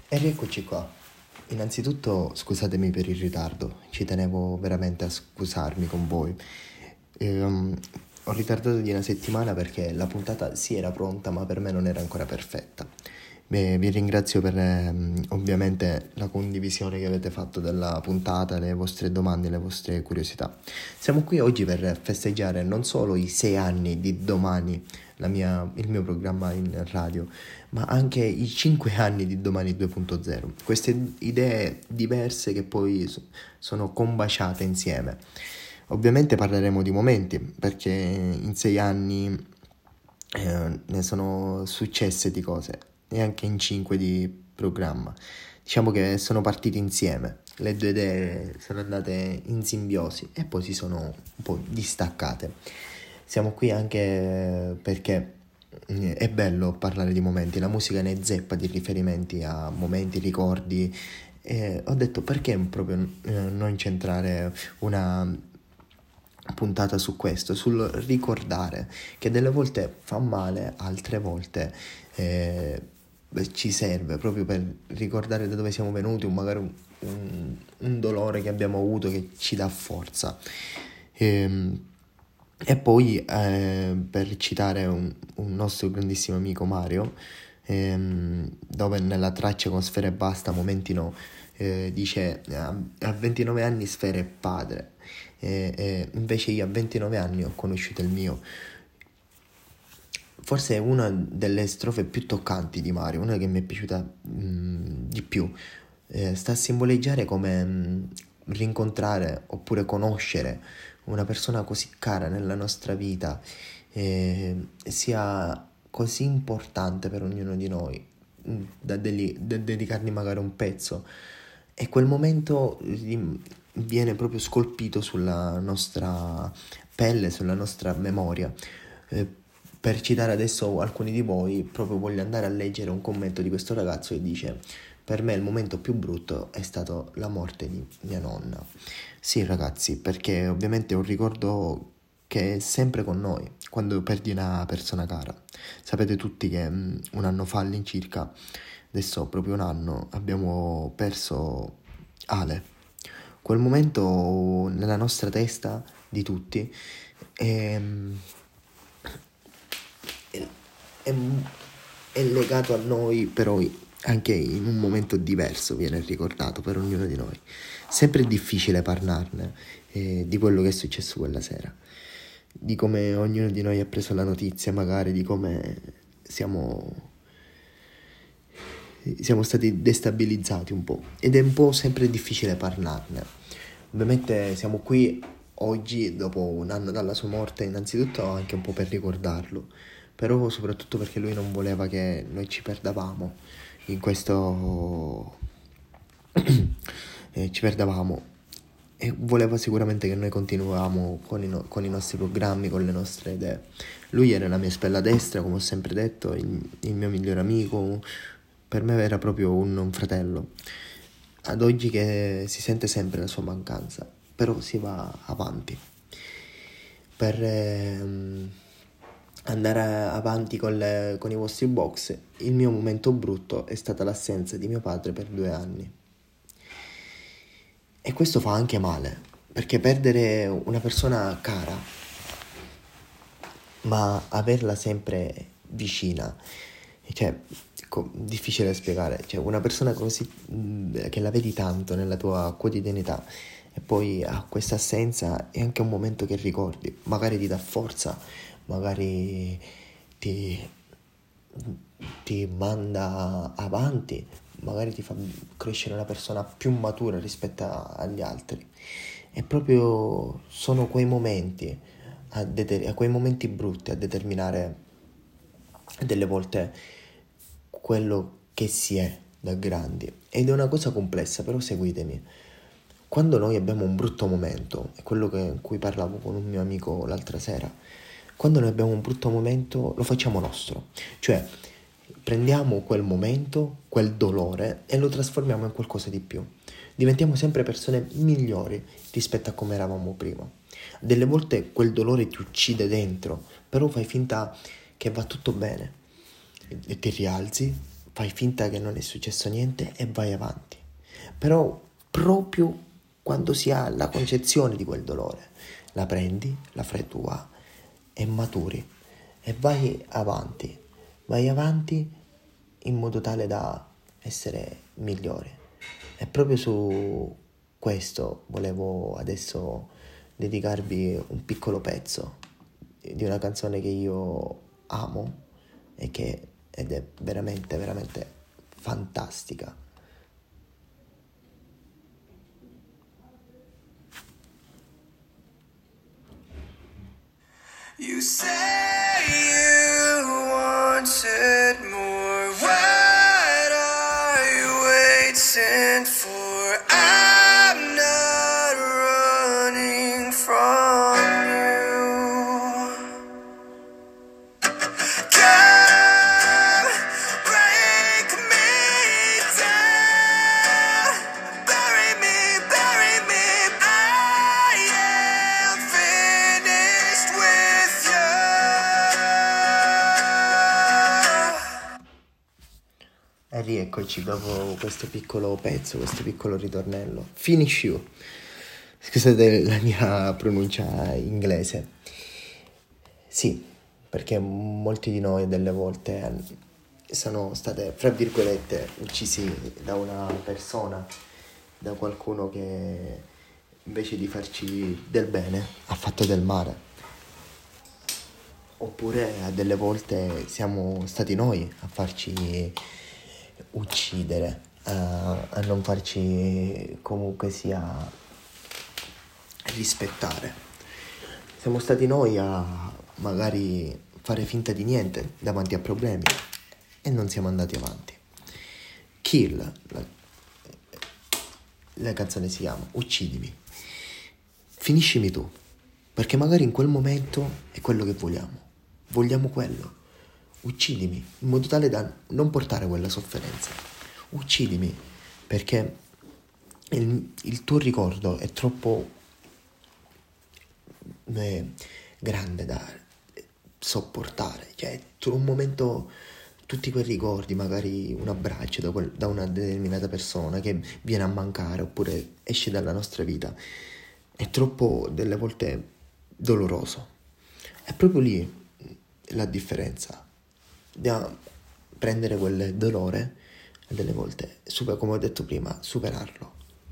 E rieccoci qua. Innanzitutto scusatemi per il ritardo, ci tenevo veramente a scusarmi con voi. Ho ritardato di una settimana perché la puntata sì era pronta, ma per me non era ancora perfetta. Beh, vi ringrazio per ovviamente la condivisione che avete fatto della puntata, le vostre domande, le vostre curiosità. Siamo qui oggi per festeggiare non solo i 6 anni di Domani, il mio programma in radio, ma anche i 5 anni di Domani 2.0. Queste idee diverse che poi sono combaciate insieme. Ovviamente parleremo di momenti, perché in 6 anni ne sono successe di cose, e anche in 5 di programma. Diciamo che sono partiti insieme, le due idee sono andate in simbiosi e poi si sono un po' distaccate. Siamo qui anche perché è bello parlare di momenti, la musica ne zeppa di riferimenti a momenti, ricordi. E ho detto perché proprio non incentrare una puntata su questo, sul ricordare, che delle volte fa male, altre volte ci serve proprio per ricordare da dove siamo venuti, magari un dolore che abbiamo avuto che ci dà forza. E poi per citare un nostro grandissimo amico Mario, dove nella traccia con Sfera e Basta, momenti no, dice a 29 anni Sfera è padre, invece io a 29 anni ho conosciuto il mio. Forse è una delle strofe più toccanti di Mario, una che mi è piaciuta di più. Sta a simboleggiare come rincontrare oppure conoscere una persona così cara nella nostra vita sia così importante per ognuno di noi da dedicargli magari un pezzo, e quel momento viene proprio scolpito sulla nostra pelle, sulla nostra memoria. Per citare adesso alcuni di voi, proprio voglio andare a leggere un commento di questo ragazzo che dice: per me il momento più brutto è stato la morte di mia nonna. Sì, ragazzi, perché ovviamente è un ricordo che è sempre con noi quando perdi una persona cara. Sapete tutti che un anno fa all'incirca, adesso proprio un anno, abbiamo perso Ale. Quel momento nella nostra testa di tutti è, è, è- è legato a noi, però anche in un momento diverso viene ricordato per ognuno di noi. Sempre difficile parlarne di quello che è successo quella sera, di come ognuno di noi ha preso la notizia, magari di come siamo stati destabilizzati un po', ed è un po' sempre difficile parlarne. Ovviamente siamo qui oggi dopo un anno dalla sua morte, innanzitutto anche un po' per ricordarlo, però soprattutto perché lui non voleva che noi ci perdavamo in questo ci perdavamo, e voleva sicuramente che noi continuavamo con i nostri programmi, con le nostre idee. Lui era la mia spalla destra, come ho sempre detto, il mio migliore amico, per me era proprio un fratello. Ad oggi che si sente sempre la sua mancanza, però si va avanti. Per andare avanti con i vostri box, il mio momento brutto è stata l'assenza di mio padre per 2 anni. E questo fa anche male, perché perdere una persona cara, ma averla sempre vicina, cioè, difficile da spiegare, cioè una persona così che la vedi tanto nella tua quotidianità e poi ha questa assenza, è anche un momento che ricordi, magari ti dà forza, magari ti, ti manda avanti, magari ti fa crescere una persona più matura rispetto agli altri. E proprio sono quei momenti, a quei momenti brutti a determinare delle volte quello che si è da grandi. Ed è una cosa complessa, però seguitemi. Quando noi abbiamo un brutto momento, è quello in cui parlavo con un mio amico l'altra sera, quando noi abbiamo un brutto momento lo facciamo nostro, cioè prendiamo quel momento, quel dolore e lo trasformiamo in qualcosa di più. Diventiamo sempre persone migliori rispetto a come eravamo prima. Delle volte quel dolore ti uccide dentro, però fai finta che va tutto bene e ti rialzi, fai finta che non è successo niente e vai avanti. Però proprio quando si ha la concezione di quel dolore, la prendi, la fai tua e maturi e vai avanti in modo tale da essere migliore. E proprio su questo volevo adesso dedicarvi un piccolo pezzo di una canzone che io amo ed è veramente, veramente fantastica. You say you wanted more. What are you waiting for? I'm not running from you. Come break me down. Bury me, bury me. I am finished with you. E rieccoci dopo questo piccolo pezzo, questo piccolo ritornello. Finish you. Scusate la mia pronuncia inglese. Sì, perché molti di noi delle volte sono state, fra virgolette, uccisi da una persona, da qualcuno che invece di farci del bene ha fatto del male. Oppure a delle volte siamo stati noi a farci uccidere, a non farci comunque sia rispettare. Siamo stati noi a magari fare finta di niente davanti a problemi e non siamo andati avanti. Kill, la canzone si chiama Uccidimi, finiscimi tu, perché magari in quel momento è quello che vogliamo quello. Uccidimi in modo tale da non portare quella sofferenza. Uccidimi perché il tuo ricordo è troppo grande da sopportare. Cioè, per un momento tutti quei ricordi, magari un abbraccio da una determinata persona che viene a mancare oppure esce dalla nostra vita, è troppo delle volte doloroso. È proprio lì la differenza. Dobbiamo prendere quel dolore e delle volte, come ho detto prima, superarlo.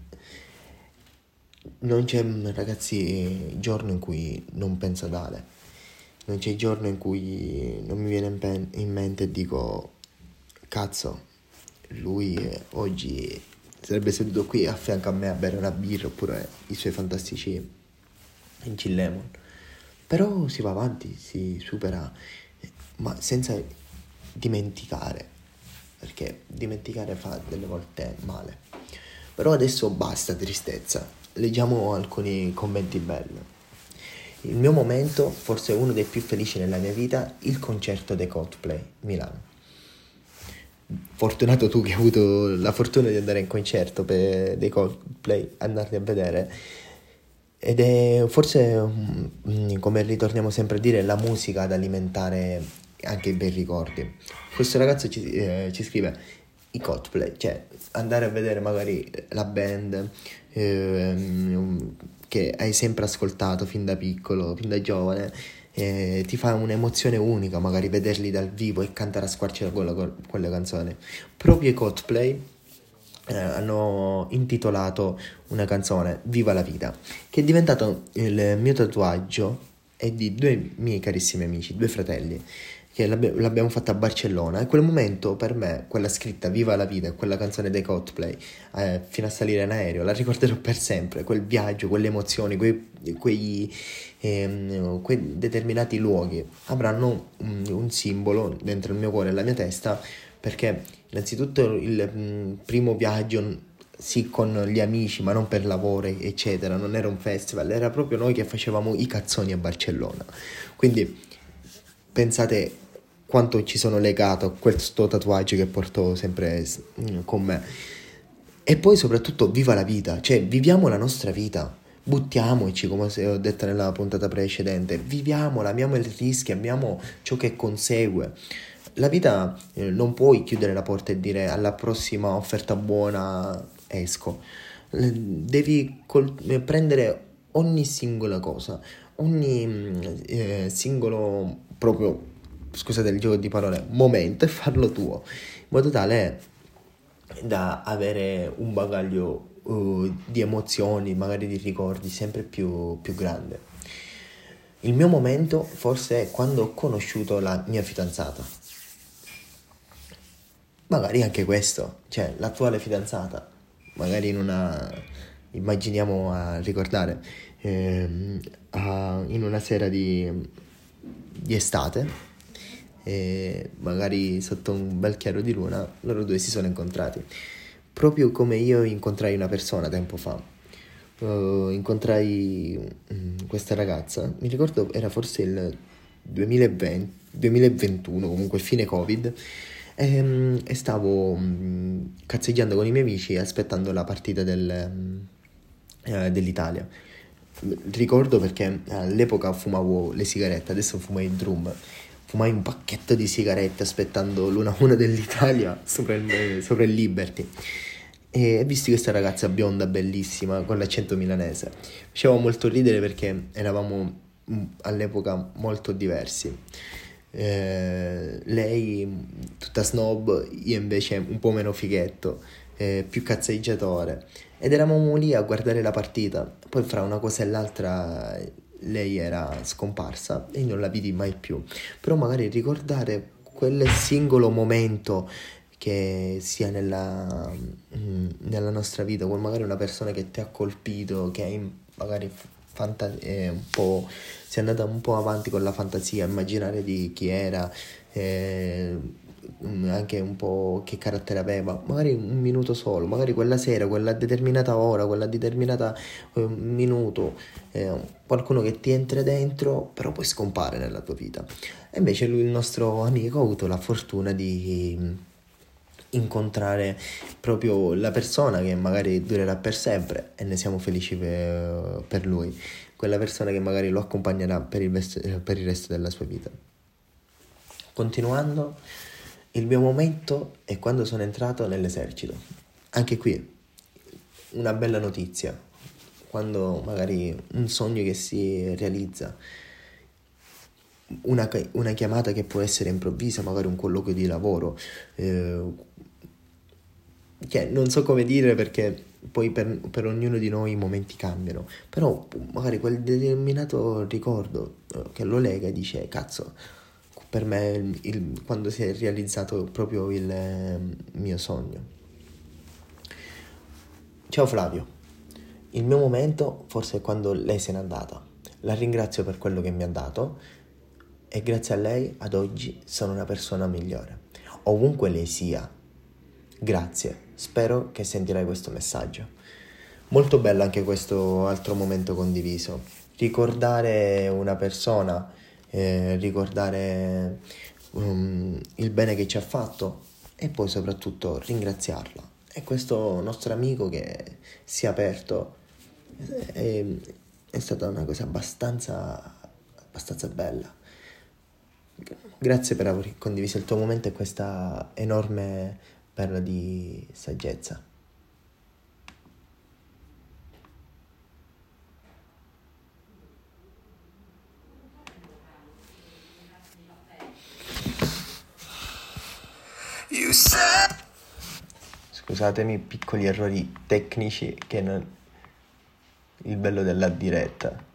Non c'è, ragazzi, giorno in cui non penso ad Ale. Non c'è giorno in cui non mi viene in mente e dico cazzo, lui oggi sarebbe seduto qui a fianco a me a bere una birra oppure i suoi fantastici gin lemon. Però si va avanti, si supera, ma senza dimenticare, perché dimenticare fa delle volte male. Però adesso basta tristezza, leggiamo alcuni commenti belli. Il mio momento, forse uno dei più felici nella mia vita, il concerto dei Coldplay Milano. Fortunato tu che hai avuto la fortuna di andare in concerto dei Coldplay, andarli a vedere. Ed è forse, come ritorniamo sempre a dire, la musica ad alimentare anche i bei ricordi. Questo ragazzo ci scrive i Coldplay, cioè andare a vedere magari la band che hai sempre ascoltato fin da piccolo, fin da giovane, ti fa un'emozione unica magari vederli dal vivo e cantare a squarciagola quelle canzoni. Proprio i Coldplay hanno intitolato una canzone Viva la vita, che è diventato il mio tatuaggio e di due miei carissimi amici, due fratelli, che l'abbiamo fatta a Barcellona. E quel momento per me, quella scritta Viva la vita e quella canzone dei Coldplay fino a salire in aereo, la ricorderò per sempre. Quel viaggio, quelle emozioni, quei determinati luoghi avranno un simbolo dentro il mio cuore e la mia testa, perché innanzitutto il primo viaggio sì con gli amici, ma non per lavoro eccetera, non era un festival, era proprio noi che facevamo i cazzoni a Barcellona. Quindi pensate quanto ci sono legato a questo tatuaggio che porto sempre con me. E poi soprattutto viva la vita, cioè viviamo la nostra vita, buttiamoci, come ho detto nella puntata precedente, viviamola, amiamo il rischio, amiamo ciò che consegue. la vita non puoi chiudere la porta e dire alla prossima offerta buona esco. Devi prendere ogni singola cosa, ogni singolo proprio, scusate il gioco di parole, momento e farlo tuo, in modo tale da avere un bagaglio di emozioni, magari di ricordi sempre più grande. Il mio momento forse è quando ho conosciuto la mia fidanzata. Magari anche questo, cioè l'attuale fidanzata, magari immaginiamo a ricordare, in una sera di estate, magari sotto un bel chiaro di luna, loro due si sono incontrati. Proprio come io incontrai una persona tempo fa. Incontrai questa ragazza, mi ricordo era forse il 2021, comunque fine Covid, e stavo cazzeggiando con i miei amici aspettando la partita dell'Italia. Ricordo perché all'epoca fumavo le sigarette, adesso fumo il drum. Fumai un pacchetto di sigarette aspettando l'1-1 dell'Italia sopra il Liberty. E visti questa ragazza bionda bellissima con l'accento milanese, faceva molto ridere perché eravamo all'epoca molto diversi. Lei tutta snob, io invece un po' meno fighetto, più cazzeggiatore, ed eravamo lì a guardare la partita. Poi fra una cosa e l'altra lei era scomparsa e non la vidi mai più. Però magari ricordare quel singolo momento che sia nella nostra vita, con magari una persona che ti ha colpito, che magari un po' si è andata un po' avanti con la fantasia, immaginare di chi era, anche un po' che carattere aveva, magari un minuto solo, magari quella sera, quella determinata ora, quella determinata minuto, qualcuno che ti entra dentro, però poi scompare nella tua vita. E invece lui, il nostro amico, ha avuto la fortuna di incontrare proprio la persona che magari durerà per sempre, e ne siamo felici per lui, quella persona che magari lo accompagnerà per il resto della sua vita. Continuando, il mio momento è quando sono entrato nell'esercito. Anche qui una bella notizia, quando magari un sogno che si realizza, una chiamata che può essere improvvisa, magari un colloquio di lavoro, che non so come dire, perché poi per ognuno di noi i momenti cambiano, però magari quel determinato ricordo che lo lega e dice cazzo, per me quando si è realizzato proprio il mio sogno. Ciao Flavio, il mio momento forse è quando lei se n'è andata. La ringrazio per quello che mi ha dato e grazie a lei ad oggi sono una persona migliore, ovunque lei sia. Grazie, spero che sentirai questo messaggio. Molto bello anche questo altro momento condiviso. Ricordare una persona, ricordare il bene che ci ha fatto e poi soprattutto ringraziarla. E questo nostro amico che si è aperto è stata una cosa abbastanza bella. Grazie per aver condiviso il tuo momento e questa enorme perla di saggezza. You said Scusatemi, piccoli errori tecnici che il bello della diretta.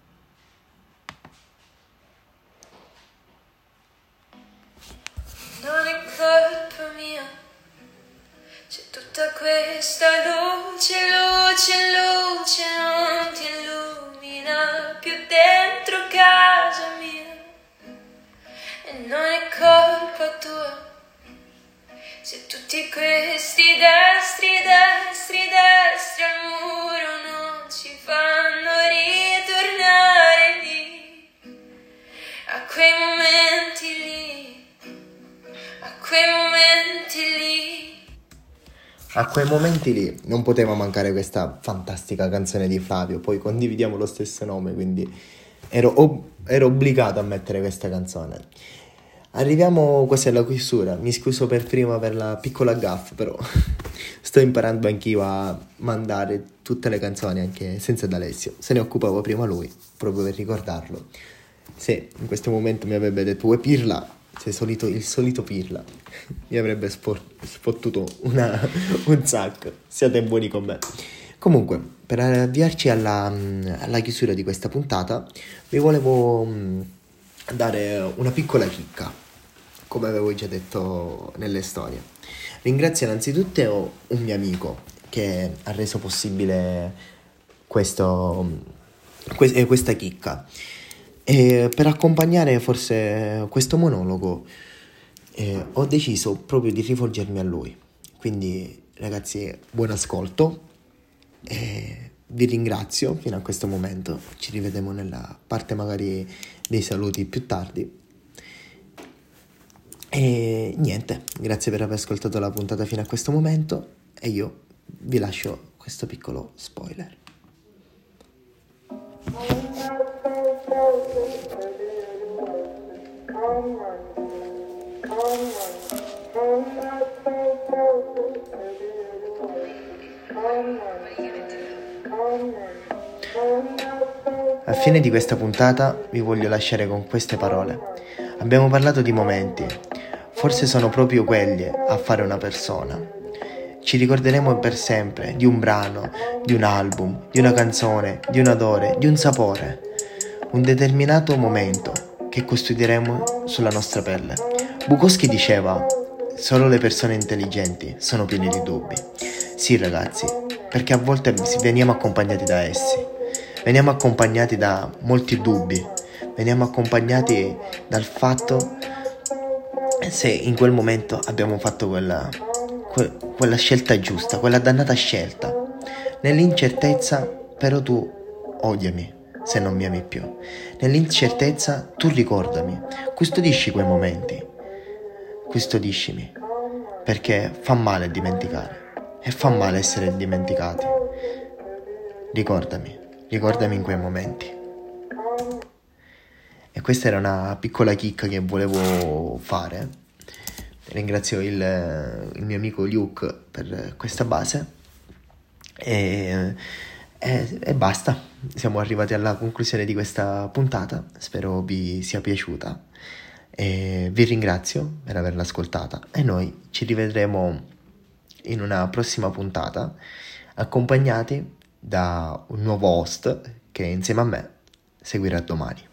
Non è colpa mia, c'è tutta questa luce non ti illumina più dentro casa mia. E non è colpa tua, se tutti questi destri al muro non ci fanno ritornare lì, a quei momenti lì. A quei momenti lì non poteva mancare questa fantastica canzone di Flavio, poi condividiamo lo stesso nome, quindi ero obbligato a mettere questa canzone. Arriviamo quasi alla chiusura. Mi scuso per prima per la piccola gaffa, però sto imparando anch'io a mandare tutte le canzoni anche senza D'Alessio. Se ne occupava prima lui, proprio per ricordarlo. Se in questo momento mi avrebbe detto vuoi Pirla, se il solito Pirla mi avrebbe sfottuto un sacco. Siate buoni con me. Comunque, per avviarci alla chiusura di questa puntata, vi volevo dare una piccola chicca, come avevo già detto nelle storie. Ringrazio innanzitutto un mio amico che ha reso possibile questa chicca. E per accompagnare forse questo monologo ho deciso proprio di rivolgermi a lui. Quindi ragazzi, buon ascolto e vi ringrazio fino a questo momento. Ci rivedremo nella parte magari dei saluti più tardi. E niente, grazie per aver ascoltato la puntata fino a questo momento e io vi lascio questo piccolo spoiler. A fine di questa puntata vi voglio lasciare con queste parole. Abbiamo parlato di momenti, forse sono proprio quelli a fare una persona. Ci ricorderemo per sempre di un brano, di un album, di una canzone, di un odore, di un sapore. Un determinato momento che costruiremo sulla nostra pelle. Bukowski diceva, solo le persone intelligenti sono piene di dubbi. Sì ragazzi, perché a volte veniamo accompagnati da essi. Veniamo accompagnati da molti dubbi. Veniamo accompagnati dal fatto se in quel momento abbiamo fatto quella scelta giusta, quella dannata scelta. Nell'incertezza, però tu odiami se non mi ami più. Nell'incertezza tu ricordami, custodisci quei momenti, custodiscimi, perché fa male dimenticare e fa male essere dimenticati. Ricordami in quei momenti. E questa era una piccola chicca che volevo fare. Ringrazio il mio amico Luke per questa base e basta. Siamo arrivati alla conclusione di questa puntata. Spero vi sia piaciuta e vi ringrazio per averla ascoltata e noi ci rivedremo in una prossima puntata accompagnati da un nuovo host che insieme a me seguirà domani.